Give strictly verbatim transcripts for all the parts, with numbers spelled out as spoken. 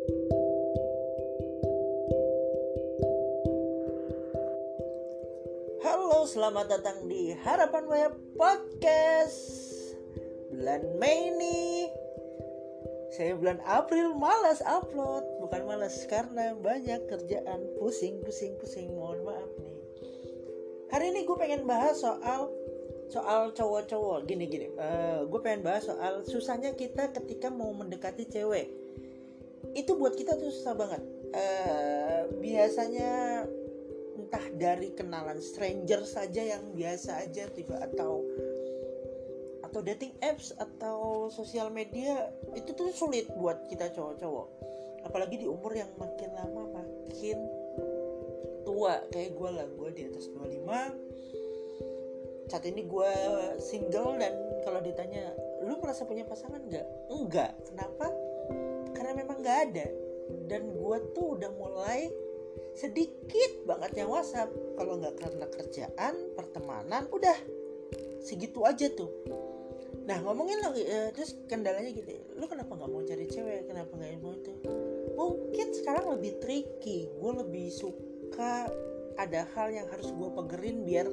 Halo, selamat datang di Harapan Maya Podcast. Bulan Mei nih. Saya bulan April malas upload. Bukan malas, karena banyak kerjaan. Pusing, pusing, pusing. Mohon maaf nih. Hari ini gue pengen bahas soal Soal cowok-cowok. Gini-gini uh, gue pengen bahas soal susahnya kita ketika mau mendekati cewek. Itu buat kita tuh susah banget. uh, Biasanya entah dari kenalan stranger saja yang biasa aja tiba atau atau dating apps atau sosial media, itu tuh sulit buat kita cowok-cowok, apalagi di umur yang makin lama makin tua. Kayak gue lah, gue di atas dua puluh lima saat ini, gue single. Dan kalau ditanya lu merasa punya pasangan gak? Enggak. Kenapa? Karena memang gak ada. Dan gue tuh udah mulai sedikit banget yang WhatsApp. Kalau nggak karena kerjaan, pertemanan, udah segitu aja tuh. Nah, ngomongin lagi uh, terus kendalanya gitu, lu kenapa nggak mau cari cewek, kenapa nggak mau itu? Mungkin sekarang lebih tricky. Gue lebih suka ada hal yang harus gue pegerin biar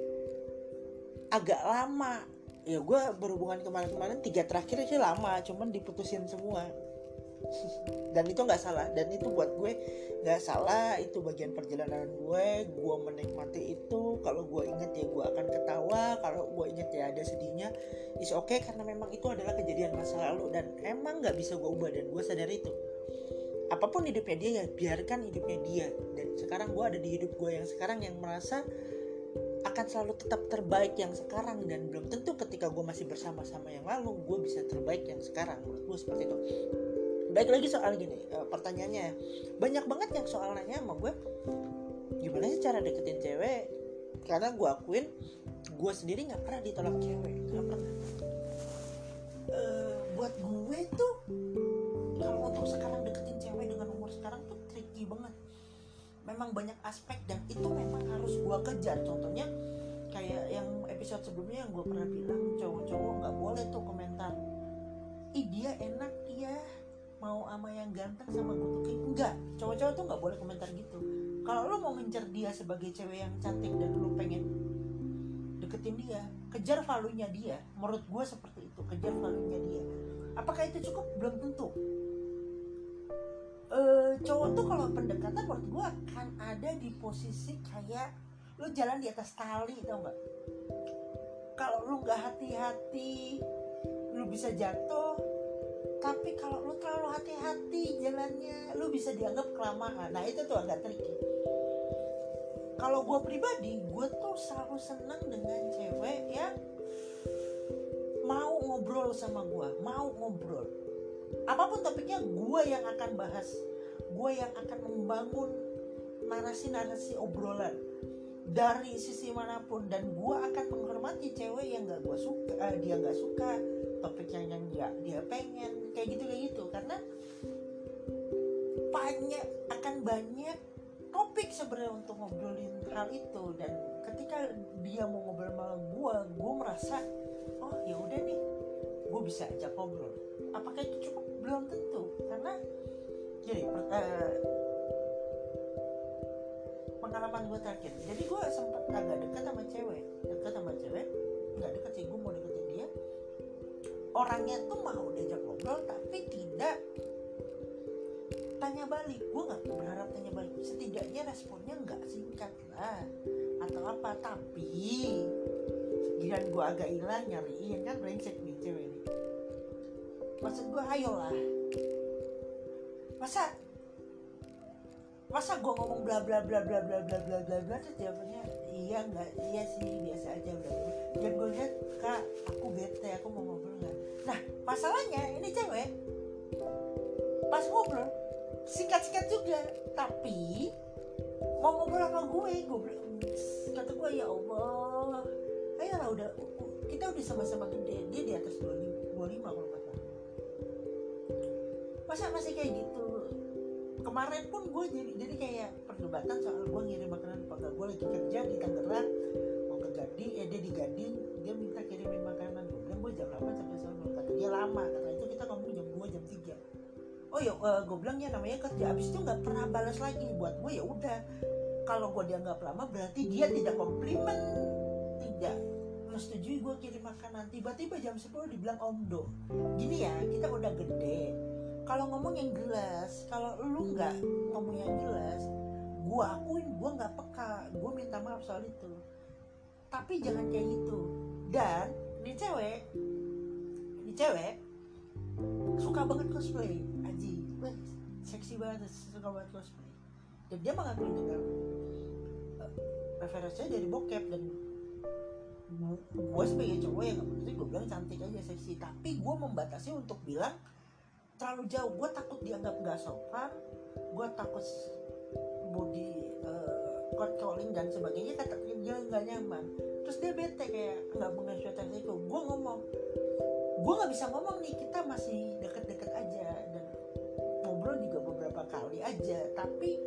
agak lama. Ya, gue berhubungan kemarin-kemarin tiga terakhir sih lama, cuman diputusin semua. Dan itu nggak salah, dan itu buat gue nggak salah. Itu bagian perjalanan gue. Gue menikmati itu. Kalau gue inget ya gue akan ketawa, kalau gue inget ya ada sedihnya. Is oke, okay, karena memang itu adalah kejadian masa lalu dan emang nggak bisa gue ubah. Dan gue sadar itu. Apapun hidupnya dia, ya biarkan hidupnya dia. Dan sekarang gue ada di hidup gue yang sekarang, yang merasa akan selalu tetap terbaik yang sekarang. Dan belum tentu ketika gue masih bersama-sama yang lalu gue bisa terbaik yang sekarang. Menurut gue seperti itu. Baik lagi soal gini, uh, pertanyaannya banyak banget yang soal nanya sama gue, gimana sih cara deketin cewek? Karena gue akuin, gue sendiri nggak pernah ditolak cewek, nggak pernah. Uh, buat gue tuh, kalau untuk sekarang deketin cewek dengan umur sekarang tuh tricky banget. Memang banyak aspek dan itu memang harus gue kejar. Contohnya kayak yang episode sebelumnya yang gue pernah bilang, cowok-cowok nggak boleh tuh komentar, ih dia enak ya, mau sama yang ganteng sama good looking. Enggak, cowok-cowok tuh nggak boleh komentar gitu. Kalau lo mau ngincer dia sebagai cewek yang cantik dan lo pengen deketin dia, kejar value-nya dia. Menurut gue seperti itu, kejar value-nya dia. Apakah itu cukup? Belum tentu. E, cowok tuh kalau pendekatan menurut gue akan ada di posisi kayak lo jalan di atas tali, tau nggak? Kalau lo nggak hati-hati, lo bisa jatuh. Tapi kalau lu terlalu hati-hati jalannya, lu bisa dianggap kelamaan. Nah itu tuh agak tricky. Kalau gue pribadi, gue tuh selalu senang dengan cewek yang mau ngobrol sama gue, mau ngobrol. Apapun topiknya, gue yang akan bahas, gue yang akan membangun narasi-narasi obrolan dari sisi manapun. Dan gue akan menghormati cewek yang gak gue suka, eh, dia gak suka topiknya yang dia, dia pengen kayak gitu kayak gitu. Karena banyak akan banyak topik sebenarnya untuk ngobrolin hal itu. Dan ketika dia mau ngobrol sama gue, gue merasa oh ya udah nih, gue bisa ajak ngobrol. Apakah itu cukup? Belum tentu. Karena jadi uh, pengalaman gue terakhir, jadi gue sempat agak dekat sama cewek, dekat sama cewek, nggak dekat sih, gue mau deketin dia. Orangnya tuh mau diajak ngobrol tapi tidak tanya balik. Gue gak berharap tanya balik, setidaknya responnya gak singkat lah atau apa. Tapi giliran gue agak hilang nyariin, kan brengsek nih cewek nih. Maksud gue ayolah, Masa Masa gue ngomong bla bla bla bla bla bla bla bla bla terus jawabannya iya nggak, iya sih biasa aja bla bla. Dan gue lihat, kak aku bete, aku mau ngobrol nggak? Nah masalahnya ini cewek pas ngobrol singkat-singkat juga, tapi mau ngobrol sama gue, gue kata gue ya Allah, ayolah udah kita udah sama-sama gede, dia di atas dua puluh lima kalau nggak salah. Masa masih kayak gitu? Kemarin pun gue jadi jadi kayak perdebatan soal gue ngirim makanan apa enggak. Gue lagi kerja di Tangerang, mau ke Gading, eh dia di Gading, dia minta kirimin makanan. Gue bilang gue jam delapan sampai sana, kata dia lama, kata itu kita ngomong jam dua jam tiga. oh ya uh, gue bilang ya namanya kerja, abis itu nggak pernah balas lagi. Buat gue ya udah, kalau gue dianggap lama berarti dia tidak komplimen, tidak menyetujui gue kirim makanan. Tiba-tiba jam sepuluh dibilang omdo. Gini ya, kita udah gede, kalau ngomong yang jelas. Kalau lu nggak ngomong yang jelas, gue akuin gue nggak peka, gue minta maaf soal itu. Tapi jangan kayak gitu. Dan ini cewek ini cewek suka banget cosplay, Aji, wah seksi banget, suka banget cosplay. Dan dia mengakui dengan uh, referensinya dari bokep. Dan gue sebagai cowok yang nggak mengerti, gue bilang cantik aja, seksi. Tapi gue membatasi untuk bilang terlalu jauh. Gue takut dianggap nggak sopan, gue takut body uh, cold calling dan sebagainya, kata dia nggak nyaman. Terus dia bete kayak nggak mengekspektasi itu. Gue ngomong, gue nggak bisa ngomong nih, kita masih deket-deket aja dan ngobrol juga beberapa kali aja. Tapi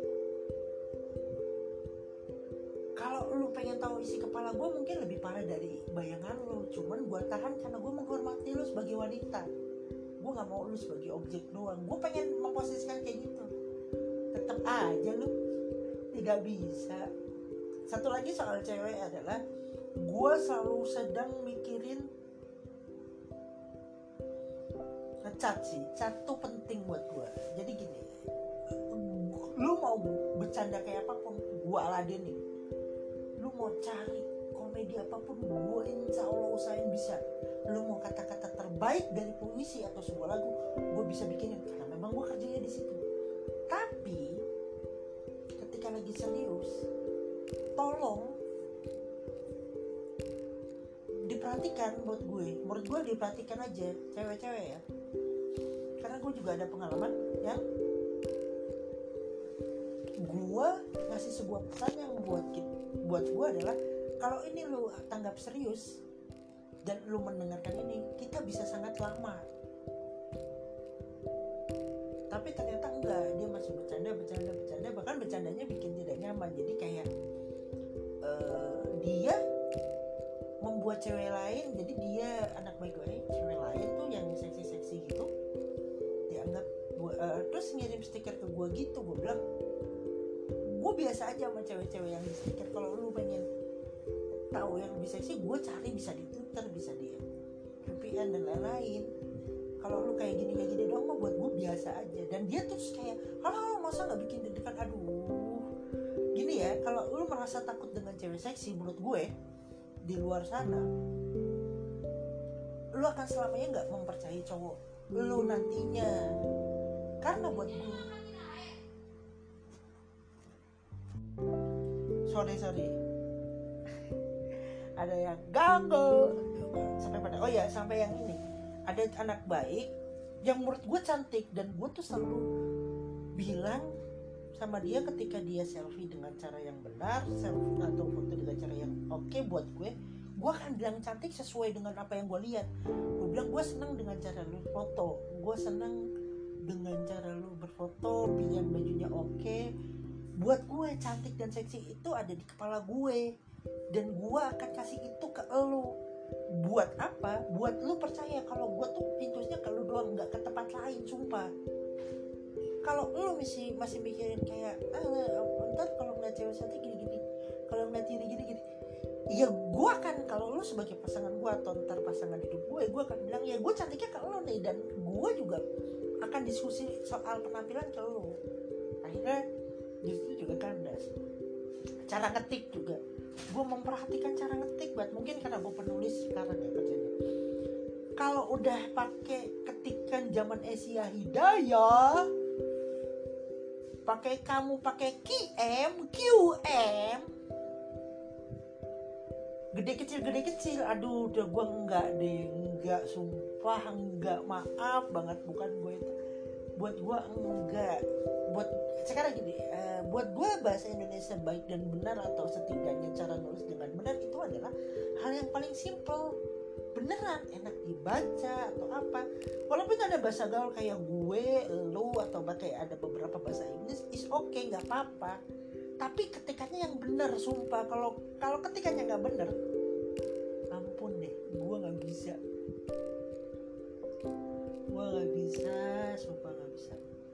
kalau lu pengen tahu isi kepala gue, mungkin lebih parah dari bayangan lu. Cuman gue tahan karena gue menghormati lu sebagai wanita. Gue nggak mau lu sebagai objek doang. Gue pengen memposisikan kayak gitu. Tetap aja lu tidak bisa. Satu lagi soal cewek adalah gue selalu sedang mikirin ngecat sih. Cat tuh penting buat gue. Jadi gini, lu mau bercanda kayak apapun, gue aladenin. Lu mau cari komedi apapun, gue insya Allah usahain bisa. Lu mau kata-kata terbaik dari puisi atau sebuah lagu, gue bisa bikinin karena memang gue kerjanya di situ. Tapi ketika lagi serius, tolong diperhatikan. Buat gue, menurut gue diperhatikan aja cewek-cewek ya, karena gue juga ada pengalaman yang gue ngasih sebuah pesan yang buat buat gue adalah, kalau ini lu tanggap serius dan lu mendengarkan ini, kita bisa sangat lama. Tapi ternyata enggak, dia masih bercanda bercanda bercanda bahkan bercandanya bikin tidak nyaman. Jadi kayak uh, dia membuat cewek lain, jadi dia anak baik-baik, cewek lain tuh yang seksi-seksi gitu dianggap gua, uh, terus ngirim stiker ke gue gitu. Gue bilang gue biasa aja sama cewek-cewek yang di stiker. Kalau lu pengen tahu yang lebih seksi, gue cari bisa di Twitter, bisa di V P N dan lain-lain. Kalau lu kayak gini kayak gini doang mah buat gue biasa aja. Dan dia terus kayak, halo masa nggak bikin deg-degan, aduh gini ya. Kalau lu merasa takut dengan cewek seksi, menurut gue di luar sana lu akan selamanya nggak mempercayai cowok lu nantinya. Karena buat gue, sorry sorry ada yang ganggu sampai pada, oh ya sampai yang ini, ada anak baik yang menurut gue cantik. Dan gue tuh selalu bilang sama dia ketika dia selfie dengan cara yang benar, selfie atau foto dengan cara yang oke okay buat gue, gue akan bilang cantik sesuai dengan apa yang gue lihat. Gue bilang gue senang dengan cara lu foto, gue senang dengan cara lu berfoto, pilihan bajunya oke okay. Buat gue cantik dan seksi itu ada di kepala gue, dan gue akan kasih itu ke lu. Buat apa? Buat lu percaya kalau gue tuh pintunya ke lu doang, nggak ke tempat lain, sumpah. Kalau lu masih masih mikirin kayak ah, ntar kalau ngeliat cewek cantik gini-gini, kalau ngeliat ini gini-gini, ya gue akan, kalau lu sebagai pasangan gue atau ntar pasangan hidup gue, gue akan bilang ya gue cantiknya ke lu nih, dan gue juga akan diskusi soal penampilan ke lu. Akhirnya disitu juga kandas. Cara ngetik juga, gue memperhatikan cara ngetik banget. Mungkin karena gue penulis sekarang ya kerjanya. Kalau udah pakai ketikan zaman Asia Hidayah, pakai kamu pakai Q M, Q M, gede kecil gede kecil, aduh udah gue enggak deh, enggak, sumpah enggak, maaf banget, bukan gue itu, buat gue enggak. Buat sekarang gini, uh, buat gue bahasa Indonesia baik dan benar atau setidaknya cara nulis dengan benar itu adalah hal yang paling simple, beneran enak dibaca atau apa. Walaupun ada bahasa gaul kayak gue, lu, atau pakai ada beberapa bahasa Inggris, is oke, okay, nggak apa-apa. Tapi ketikannya yang benar, sumpah. Kalau kalau ketikannya nggak benar, ampun deh, gue nggak bisa, gue nggak bisa, sumpah nggak bisa.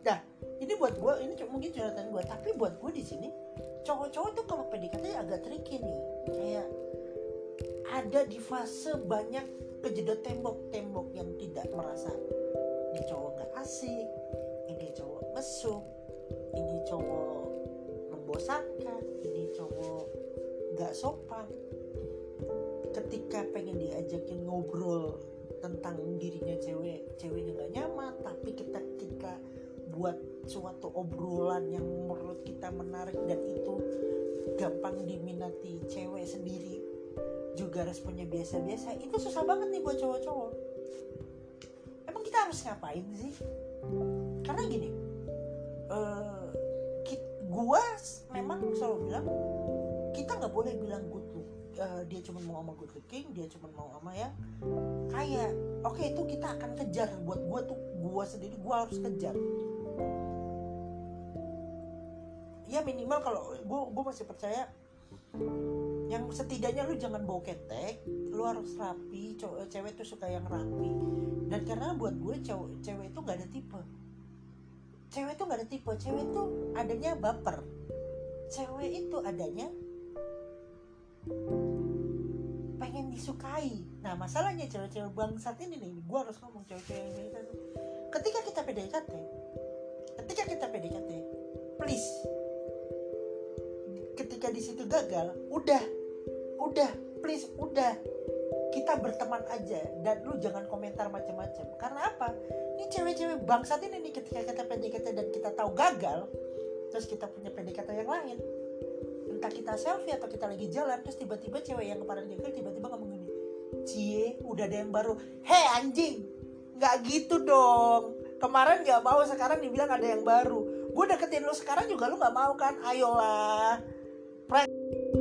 Nah ini buat gue, ini mungkin curhatan gue, tapi buat gue di sini cowok-cowok tuh kalau P D K T agak tricky nih. Kayak ada di fase banyak kejedot tembok-tembok yang tidak merasa ini cowok gak asik, ini cowok mesum, ini cowok membosankan, ini cowok gak sopan. Ketika pengen diajakin ngobrol tentang dirinya cewek, ceweknya gak nyaman, tapi kita kita buat suatu obrolan yang menurut kita menarik dan itu gampang diminati cewek sendiri, juga responnya biasa-biasa, itu susah banget nih buat cowok-cowok. Emang kita harus ngapain sih? Karena gini, uh, kita, gua memang selalu bilang kita nggak boleh bilang good look, uh, dia cuma mau sama good looking, dia cuma mau sama yang kaya. Oke, itu kita akan kejar. Buat gua tuh, gua sendiri gua harus kejar. Ya minimal kalau gue gue masih percaya yang setidaknya lu jangan bau ketek, lu harus rapi. Cowok cewek tuh suka yang rapi. Dan karena buat gue cowok cewek itu nggak ada tipe, cewek itu nggak ada tipe, cewek itu adanya baper, cewek itu adanya pengen disukai. Nah masalahnya cewek-cewek bangsat ini nih, gue harus ngomong cewek-cewek yang ini, ketika kita P D K T, ketika kita P D K T, please, ketika di situ gagal, udah, udah, please, udah, kita berteman aja dan lu jangan komentar macam-macam. Karena apa? Ini cewek-cewek bangsat ini nih, ketika kita P D K T dan kita tahu gagal, terus kita punya P D K T yang lain, entah kita selfie atau kita lagi jalan, terus tiba-tiba cewek yang kemarin gagal tiba-tiba ngomong gini, cie, udah ada yang baru. Hei anjing, nggak gitu dong. Kemarin nggak mau, sekarang dibilang ada yang baru. Gue deketin lu sekarang juga lu nggak mau kan? Ayolah.